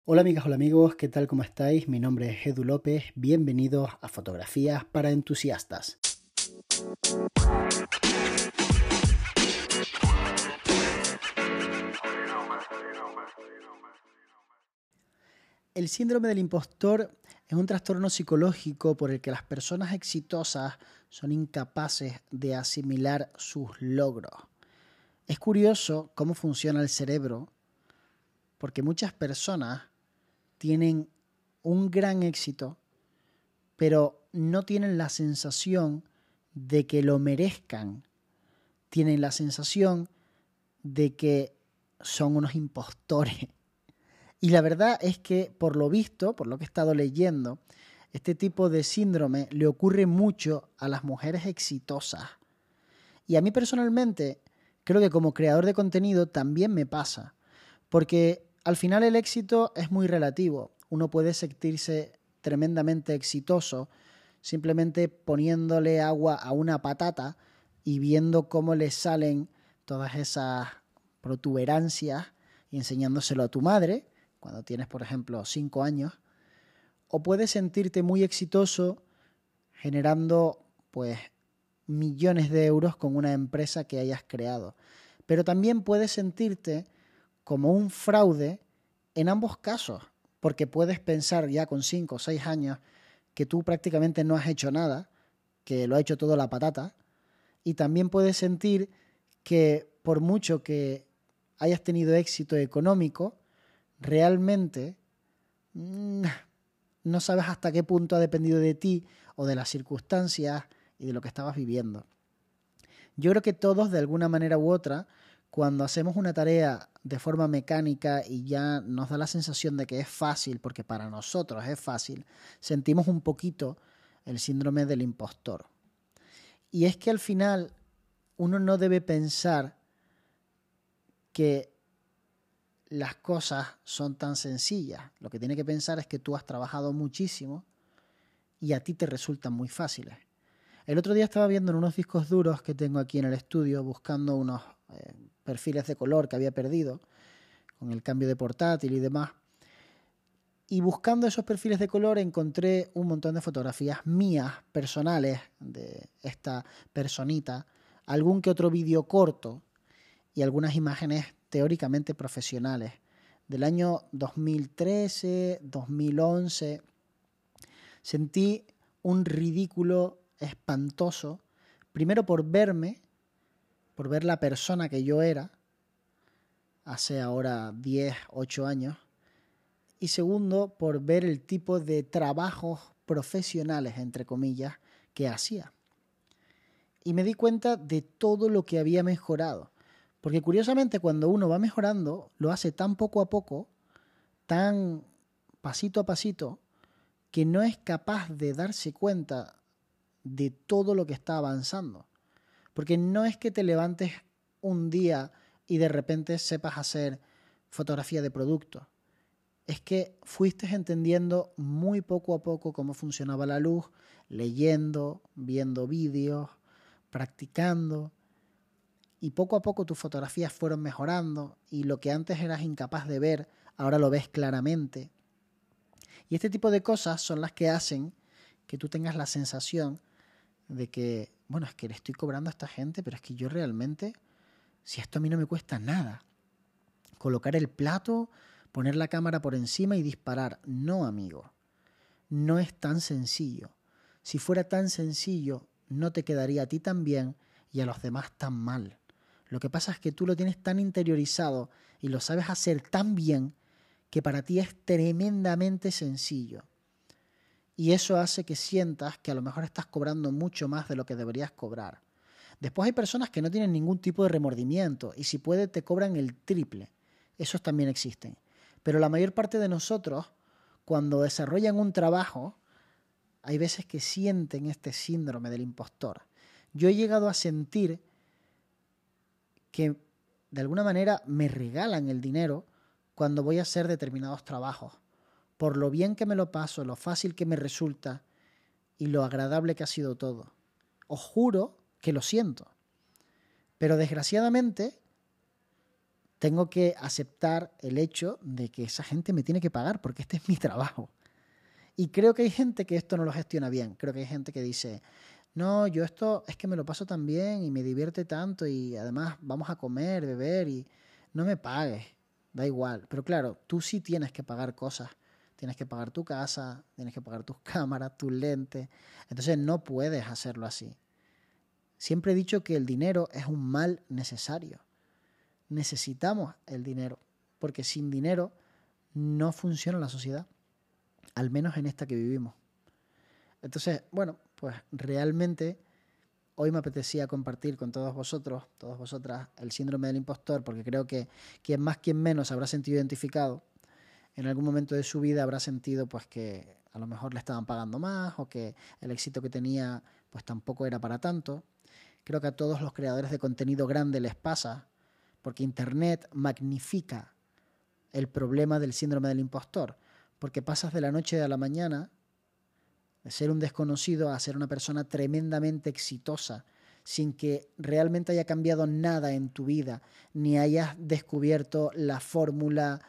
Hola amigas, hola amigos, ¿qué tal? ¿Cómo estáis? Mi nombre es Edu López, bienvenidos a Fotografías para Entusiastas. El síndrome del impostor es un trastorno psicológico por el que las personas exitosas son incapaces de asimilar sus logros. Es curioso cómo funciona el cerebro, porque muchas personas tienen un gran éxito, pero no tienen la sensación de que lo merezcan. Tienen la sensación de que son unos impostores. Y la verdad es que, por lo visto, por lo que he estado leyendo, este tipo de síndrome le ocurre mucho a las mujeres exitosas. Y a mí personalmente, creo que como creador de contenido también me pasa. Porque al final el éxito es muy relativo. Uno puede sentirse tremendamente exitoso simplemente poniéndole agua a una patata y viendo cómo le salen todas esas protuberancias y enseñándoselo a tu madre cuando tienes, por ejemplo, 5 años. O puedes sentirte muy exitoso generando, pues, millones de euros con una empresa que hayas creado. Pero también puedes sentirte como un fraude en ambos casos, porque puedes pensar ya con 5 o 6 años que tú prácticamente no has hecho nada, que lo ha hecho todo la patata, y también puedes sentir que por mucho que hayas tenido éxito económico, realmente no sabes hasta qué punto ha dependido de ti o de las circunstancias y de lo que estabas viviendo. Yo creo que todos, de alguna manera u otra, cuando hacemos una tarea de forma mecánica y ya nos da la sensación de que es fácil, porque para nosotros es fácil, sentimos un poquito el síndrome del impostor. Y es que al final uno no debe pensar que las cosas son tan sencillas. Lo que tiene que pensar es que tú has trabajado muchísimo y a ti te resultan muy fáciles. El otro día estaba viendo en unos discos duros que tengo aquí en el estudio, buscando unos perfiles de color que había perdido con el cambio de portátil y demás. Y buscando esos perfiles de color encontré un montón de fotografías mías, personales, de esta personita, algún que otro vídeo corto y algunas imágenes teóricamente profesionales del año 2013, 2011. Sentí un ridículo espantoso, primero por verme, por ver la persona que yo era hace ahora 10, 8 años, y segundo por ver el tipo de trabajos profesionales, entre comillas, que hacía. Y me di cuenta de todo lo que había mejorado. Porque curiosamente cuando uno va mejorando, lo hace tan poco a poco, tan pasito a pasito, que no es capaz de darse cuenta de todo lo que está avanzando. Porque no es que te levantes un día y de repente sepas hacer fotografía de producto. Es que fuiste entendiendo muy poco a poco cómo funcionaba la luz, leyendo, viendo vídeos, practicando, y poco a poco tus fotografías fueron mejorando y lo que antes eras incapaz de ver, ahora lo ves claramente. Y este tipo de cosas son las que hacen que tú tengas la sensación de que, bueno, es que le estoy cobrando a esta gente, pero es que yo realmente, si esto a mí no me cuesta nada, colocar el plato, poner la cámara por encima y disparar. No, amigo, no es tan sencillo. Si fuera tan sencillo, no te quedaría a ti tan bien y a los demás tan mal. Lo que pasa es que tú lo tienes tan interiorizado y lo sabes hacer tan bien que para ti es tremendamente sencillo. Y eso hace que sientas que a lo mejor estás cobrando mucho más de lo que deberías cobrar. Después hay personas que no tienen ningún tipo de remordimiento y si puede te cobran el triple. Esos también existen. Pero la mayor parte de nosotros, cuando desarrollan un trabajo, hay veces que sienten este síndrome del impostor. Yo he llegado a sentir que de alguna manera me regalan el dinero cuando voy a hacer determinados trabajos. Por lo bien que me lo paso, lo fácil que me resulta y lo agradable que ha sido todo. Os juro que lo siento. Pero desgraciadamente tengo que aceptar el hecho de que esa gente me tiene que pagar porque este es mi trabajo. Y creo que hay gente que esto no lo gestiona bien. Creo que hay gente que dice, no, yo esto es que me lo paso tan bien y me divierte tanto y además vamos a comer, beber y no me pagues, da igual. Pero claro, tú sí tienes que pagar cosas. Tienes que pagar tu casa, tienes que pagar tus cámaras, tus lentes. Entonces no puedes hacerlo así. Siempre he dicho que el dinero es un mal necesario. Necesitamos el dinero, porque sin dinero no funciona la sociedad, al menos en esta que vivimos. Entonces, bueno, pues realmente hoy me apetecía compartir con todos vosotros, todas vosotras, el síndrome del impostor, porque creo que quien más, quien menos se habrá sentido identificado. En algún momento de su vida habrá sentido pues que a lo mejor le estaban pagando más o que el éxito que tenía pues tampoco era para tanto. Creo que a todos los creadores de contenido grande les pasa, porque Internet magnifica el problema del síndrome del impostor, porque pasas de la noche a la mañana de ser un desconocido a ser una persona tremendamente exitosa, sin que realmente haya cambiado nada en tu vida, ni hayas descubierto la fórmula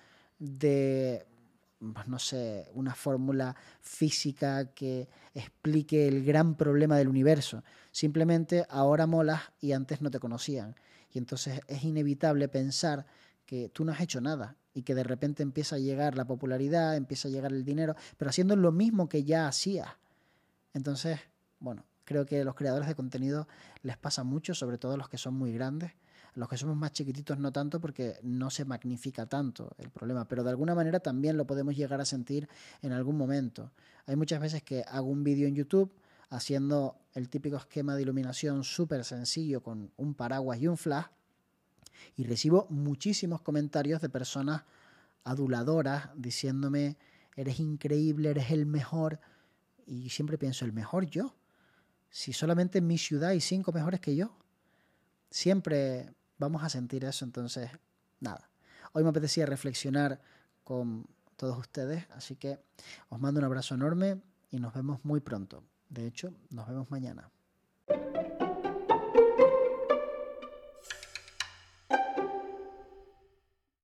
de, pues no sé, una fórmula física que explique el gran problema del universo. Simplemente ahora molas y antes no te conocían. Y entonces es inevitable pensar que tú no has hecho nada y que de repente empieza a llegar la popularidad, empieza a llegar el dinero, pero haciendo lo mismo que ya hacías. Entonces, bueno, creo que a los creadores de contenido les pasa mucho, sobre todo a los que son muy grandes. Los que somos más chiquititos no tanto porque no se magnifica tanto el problema, pero de alguna manera también lo podemos llegar a sentir en algún momento. Hay muchas veces que hago un vídeo en YouTube haciendo el típico esquema de iluminación súper sencillo con un paraguas y un flash y recibo muchísimos comentarios de personas aduladoras diciéndome eres increíble, eres el mejor, y siempre pienso el mejor yo, si solamente en mi ciudad hay 5 mejores que yo. Siempre vamos a sentir eso, entonces nada, hoy me apetecía reflexionar con todos ustedes, así que os mando un abrazo enorme y nos vemos muy pronto. De hecho, nos vemos mañana.